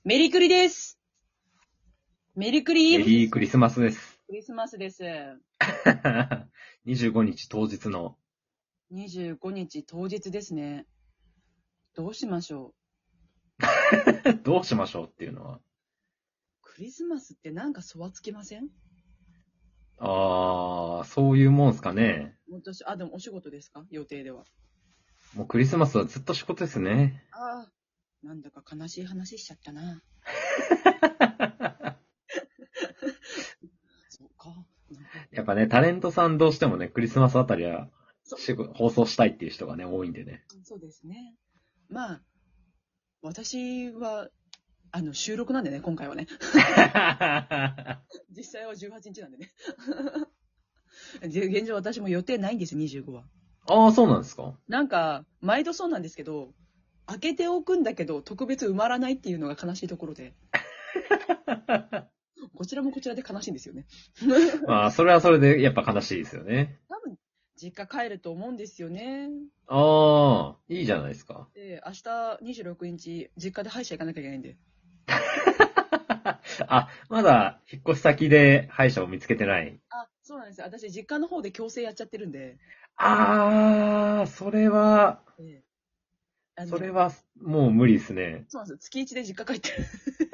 メリクリです。メリクリ。 メリークリスマスです。 クリスマスです。 25日当日の。 25日当日ですね。どうしましょどうしましょうっていうのは。 う。クリスマスってなんかそわつきません？ そういうもんすかね。 私、でもお仕事ですか？予定では。 もうクリスマスはずっと仕事ですね。 なんだか悲しい話しちゃったな。そうか。 やっぱね、タレントさんどうしてもね、クリスマスあたりはそう放送したいっていう人がね、多いんでね。 そうですね。まあ、私は、収録なんでね、今回はね。実際は18日なんでね。現状私も予定ないんですよ、25は。 そうなんですか？ なんか、毎度そうなんですけど、開けておくんだけど、特別埋まらないっていうのが悲しいところで、こちらもこちらで悲しいんですよね。 まあ、それはそれでやっぱ悲しいですよね。 多分、実家帰ると思うんですよね。 いいじゃないですか。 で、明日26日、実家で歯医者行かなきゃいけないんで。 まだ引っ越し先で歯医者を見つけてない。 そうなんですよ。私、実家の方で矯正やっちゃってるんで。 それは、 えそれはもう無理ですね。 そうなんですよ。月1で実家帰ってる。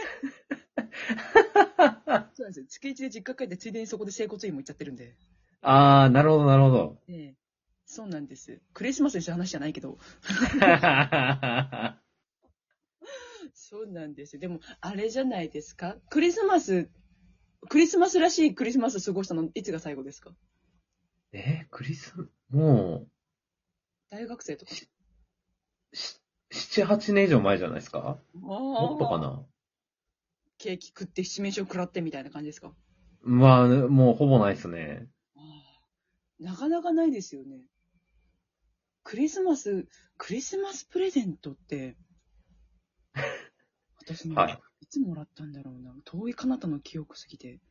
そうなんですよ。月1で実家帰って、ついでにそこで整骨院も行っちゃってるんで。 なるほど、なるほど。 そうなんです。クリスマスにした話じゃないけど。そうなんですよ。でも、あれじゃないですか。クリスマスらしいクリスマス過ごしたの、いつが最後ですか？ も大学生とか。 7、8年以上前じゃないですか？もっとかああ。 な。 ケーキ食って七面鳥食らってみたいな感じですか？ まあ、もうほぼないですね。 なかなかないですよね。クリスマスプレゼントって、私ね、 はい。 いつもらったんだろうな。遠い彼方の記憶すぎて。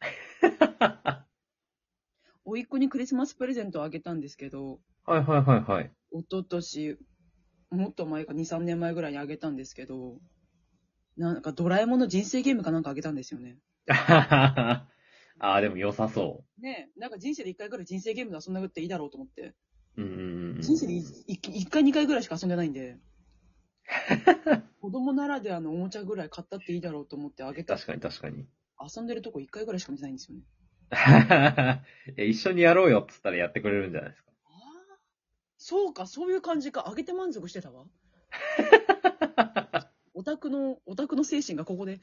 甥っ子にクリスマスプレゼントをあげたんですけど、 はいはいはいはい。 一昨年、もっと前か2、3年前ぐらいにあげたんですけど、なんかドラえもんの人生ゲームかなんかあげたんですよね。 でも良さそねえ、なんか人生で1回ぐらい人生ゲームで遊んでっていいだろうと思って。 う。うん人生で1回2回ぐらいしか遊んでないんで、子供ならではのおもちゃぐらい買ったっていいだろうと思ってあげた。 確かに確かに。 遊んでるとこ1回ぐらいしか見てないんですよね。 一緒にやろうよって言ったらやってくれるんじゃないですか。 そうか、そういう感じか。あげて満足してたわ。オタクの精神がここで。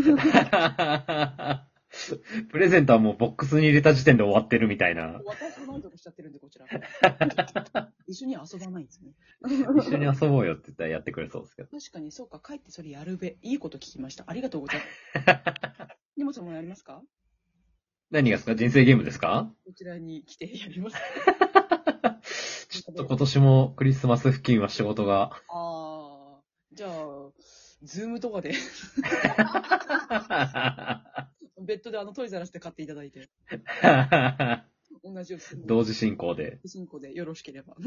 プレゼントはもうボックスに入れた時点で終わってるみたいな。 私が満足しちゃってるんで、こちら。一緒に遊ばないんですね。 一緒に遊ぼうよって言ったらやってくれそうですけど。 確かに、そうか、帰ってそれやるべ。いいこと聞きました。ありがとうございます。荷物もやりますか？ 何がですか？人生ゲームですか？ こちらに来てやります。 ちょっと今年もクリスマス付近は仕事が。 じゃあ、ズームとかで、ベッドでトイザらスで買っていただいて、同じように同時進行で。 進行でよろしければ。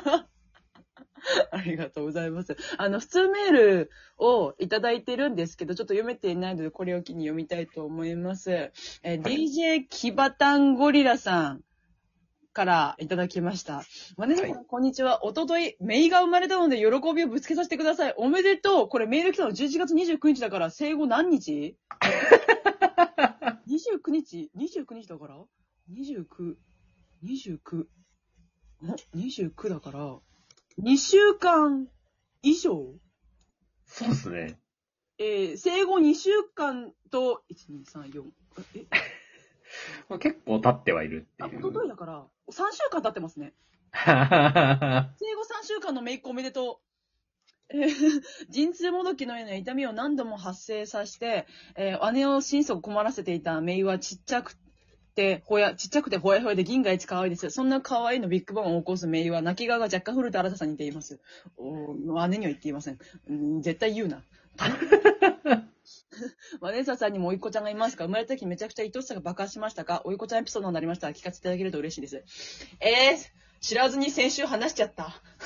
ありがとうございます。普通メールをいただいてるんですけど、ちょっと読めていないので、これを機に読みたいと思います。DJ キバタンゴリラさんからいただきました。マネさん、こんにちは。おととい、メイが生まれたので喜びをぶつけさせてください。おめでとう。これメール来たの11月29日だから、生後何日？ 29 日 ?29 日だから ?29、29だから、2週間以上？ そうですね。 生後2週間と、1、2、3、4。 結構経ってはいるっていう。 おとといだから、3週間経ってますね。生後3週間の姪っ子おめでとう。陣痛もどきのような痛みを何度も発生させて、姉を心底困らせていた姪はちっちゃくてほやほやで銀が一可愛いです。そんな可愛いのビッグバンを起こす姪は泣き顔が若干古田新太さんに似ています。姉には言っていません。絶対言うな。マネーサーさんにもおいっ子ちゃんがいますか？生まれた時めちゃくちゃ愛しさが爆発しましたか？おいっ子ちゃんエピソードになりましたら聞かせていただけると嬉しいです。知らずに先週話しちゃった。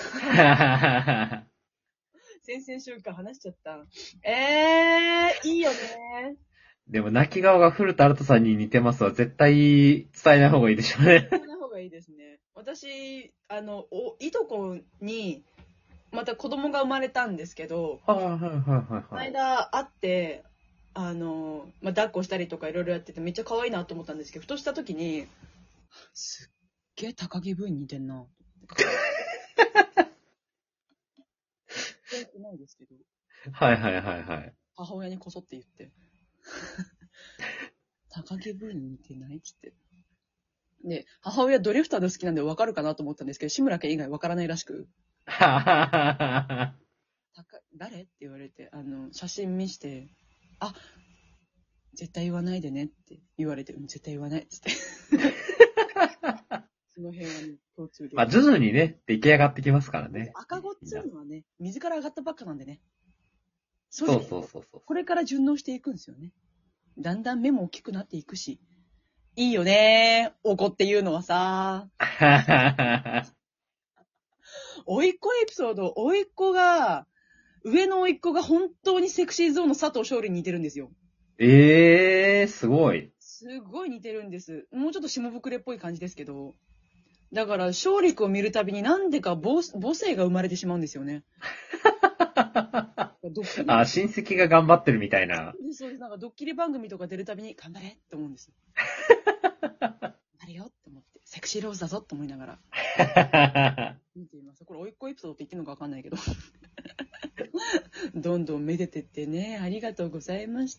先々週間話しちゃった。いいよね。 でも、泣き顔が古田新太さんに似てますわ。絶対伝えない方がいいでしょうね。 そんな方がいいですね。私、いとこに、また子供が生まれたんですけど、 はいはいはいはいこのはい。 間会って、抱っこしたりとかいろいろやっててめっちゃ可愛いなと思ったんですけど、ふとした時に、すっげえ高木ブーに似てんな。全然ないですけど、 はいはいはいはい。 母親にこそって言って、高木ブーに似てないっつって。で、母親ドリフターズ好きなんで分かるかなと思ったんですけど、志村けん以外分からないらしく、 はははは。 誰って言われて、写真見して、あ、絶対言わないでねって言われて、絶対言わないっつって。その辺はね、共通で。 まあ、徐々にね、出来上がってきますからね。 赤子っつうのはね、水から上がったばっかなんでね。そそうそうそうそう。 これから順応していくんですよね。だんだん目も大きくなっていくし。いいよねお子っていうのはさ。甥っ子エピソード、上の甥っ子が本当にセクシーゾーンの佐藤勝利に似てるんですよ。 すごい。 すごい似てるんです。もうちょっと下膨れっぽい感じですけど。だから、勝利君を見るたびになんでか母性が生まれてしまうんですよね。 あ、親戚が頑張ってるみたいな。 そうです。なんかドッキリ番組とか出るたびに頑張れって思うんです。あれよって思って。セクシーローズだぞって思いながら見ています。これ、甥っ子エピソードって言ってるのかわかんないけど。どんどんめでてってね。ありがとうございました。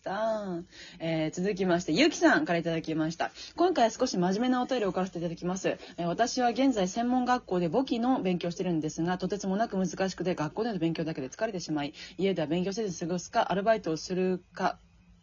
続きまして、ゆうきさんからいただきました。今回は少し真面目なお便りを送らせていただきます。私は現在専門学校で簿記の勉強をしてるんですが、とてつもなく難しくて学校での勉強だけで疲れてしまい、家では勉強せず過ごすか、アルバイトをするか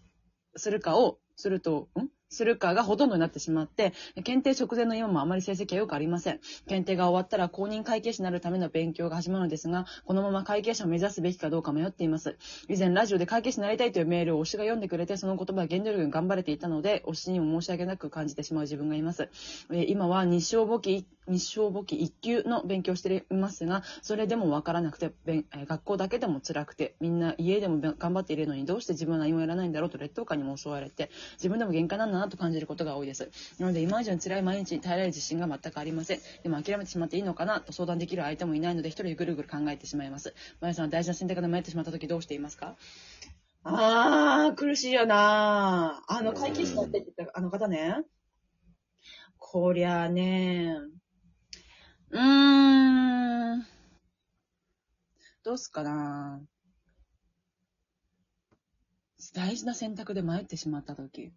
がほとんどになってしまって、検定直前の今もあまり成績は良くありません。検定が終わったら公認会計士になるための勉強が始まるのですが、このまま会計士を目指すべきかどうか迷っています。以前ラジオで会計士になりたいというメールを推しが読んでくれて、その言葉は原動力に頑張れていたので、推しにも申し訳なく感じてしまう自分がいます。今は日商簿記1級の勉強をしていますが、それでもわからなくて、学校だけでも辛くて、みんな家でも頑張っているのにどうして自分は何もやらないんだろうと劣等感にも襲われて、自分でも限界なんだなと感じることが多いです。なので今以上に辛い毎日に耐えられる自信が全くありません。でも諦めてしまっていいのかなと相談できる相手もいないので一人でぐるぐる考えてしまいます。まやさんは大事な選択で迷ってしまった時どうしていますか？苦しいよな会計士になってって言ったあの方ね。こりゃあね、どうすかな。大事な選択で迷ってしまったとき。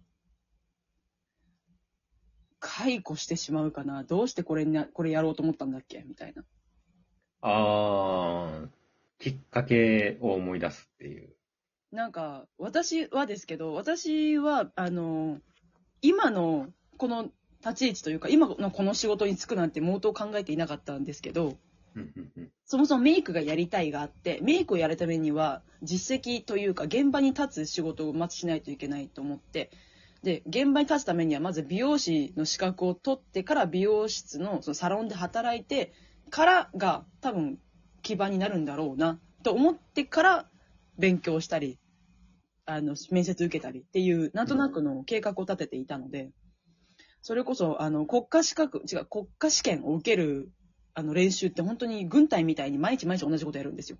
解雇してしまうかな。どうしてこれやろうと思ったんだっけみたいな。 きっかけを思い出すっていう。 なんか、私は、今のこの立ち位置というか、今のこの仕事に就くなんて毛頭考えていなかったんですけど、そもそもメイクがやりたいがあって、メイクをやるためには実績というか現場に立つ仕事をまずしないといけないと思って、で、現場に立つためにはまず美容師の資格を取ってから美容室のそのサロンで働いてからが多分基盤になるんだろうなと思ってから勉強したり、面接受けたりっていうなんとなくの計画を立てていたので、それこそ国家試験を受ける練習って本当に軍隊みたいに毎日毎日同じことやるんですよ。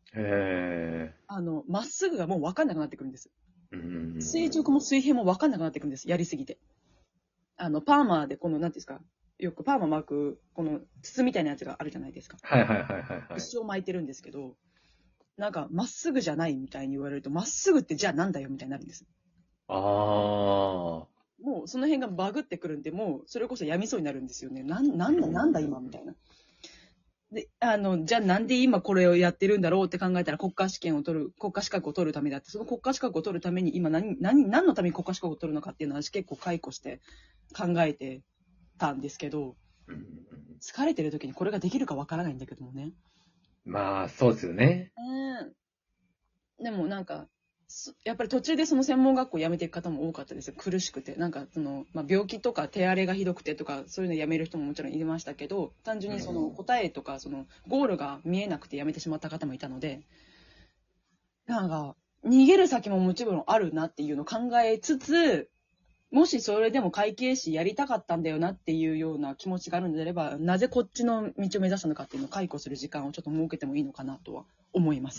まっすぐがもう分かんなくなってくるんです。垂直も水平も分かんなくなってくるんです。やりすぎて。パーマーでなんていうんですか、よくパーマ巻く、この筒みたいなやつがあるじゃないですか。 はいはいはいはい、はい。 一生巻いてるんですけど、なんか、まっすぐじゃないみたいに言われると、まっすぐってじゃあなんだよみたいになるんです。もうその辺がバグってくるんで、もうそれこそやみそうになるんですよね。なんだ今みたいな。で、じゃあなんで今これをやってるんだろうって考えたら国家資格を取るためだって、その国家資格を取るために今何のために国家資格を取るのかっていうのは私結構解雇して考えてたんですけど、疲れてる時にこれができるかわからないんだけどもね。 まあ、そうですよね。 でもなんか、やっぱり途中でその専門学校辞めていく方も多かったですよ。苦しくて。なんか病気とか手荒れがひどくてとか、そういうの辞める人ももちろんいましたけど、単純にその答えとか、そのゴールが見えなくて辞めてしまった方もいたので、なんか、 逃げる先ももちろんあるなっていうのを考えつつ、もしそれでも会計士やりたかったんだよなっていうような気持ちがあるのであれば、なぜこっちの道を目指したのかっていうのを解雇する時間をちょっと設けてもいいのかなとは思います。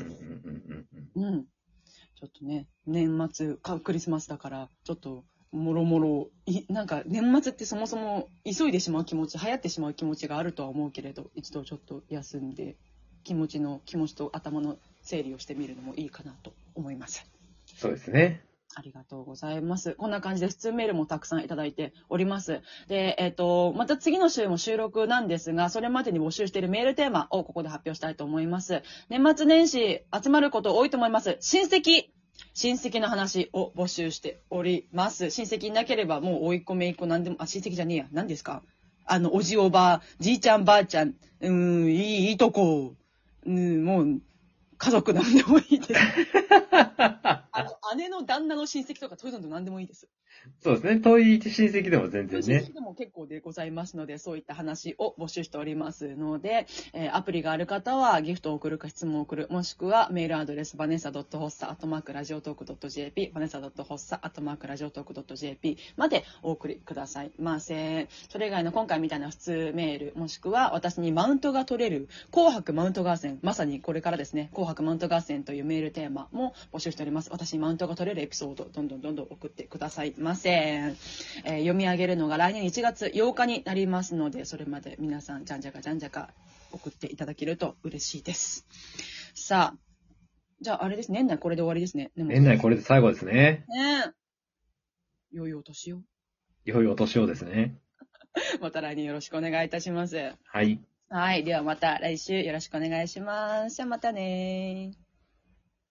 ちょっとね、年末クリスマスだから、ちょっと、もろもろ、なんか年末ってそもそも急いでしまう気持ち、流行ってしまう気持ちがあるとは思うけれど、一度ちょっと休んで、気持ちと頭の整理をしてみるのもいいかなと思います。 そうですね。 ありがとうございます。こんな感じで普通メールもたくさんいただいております。で、また次の週も収録なんですが、それまでに募集しているメールテーマをここで発表したいと思います。年末年始集まること多いと思います。親戚の話を募集しております。親戚いなければもう甥っ子姪っ子なんでも、親戚じゃねえや。何ですか？おじおば、じいちゃんばあちゃん、いいとこ、もう、家族なんでもいいです。姉の旦那の親戚とかそういうので何でもいいです。 そうですね。遠い親戚でも全然ね。 親戚でも結構でございますので、そういった話を募集しておりますので、アプリがある方はギフトを送るか質問を送る、もしくはメールアドレス、vanessa.hossa@radiotalk.jp、vanessa.hossa@radiotalk.jp までお送りくださいませ。それ以外の今回みたいな普通メール、もしくは私にマウントが取れる、紅白マウント合戦、まさにこれからですね、紅白マウント合戦というメールテーマも募集しております。私にマウントが取れるエピソード、どんどん送ってくださいませ。読み上げるのが来年1月8日になりますので、それまで皆さんじゃんじゃか送っていただけると嬉しいです。さあ、じゃああれです。年内これで終わりですね。 年内これで最後ですね。 ねえ。良いお年を。 良いお年をですね。 また来年よろしくお願いいたします。 はい。 はい。ではまた来週よろしくお願いします。じゃあまたね。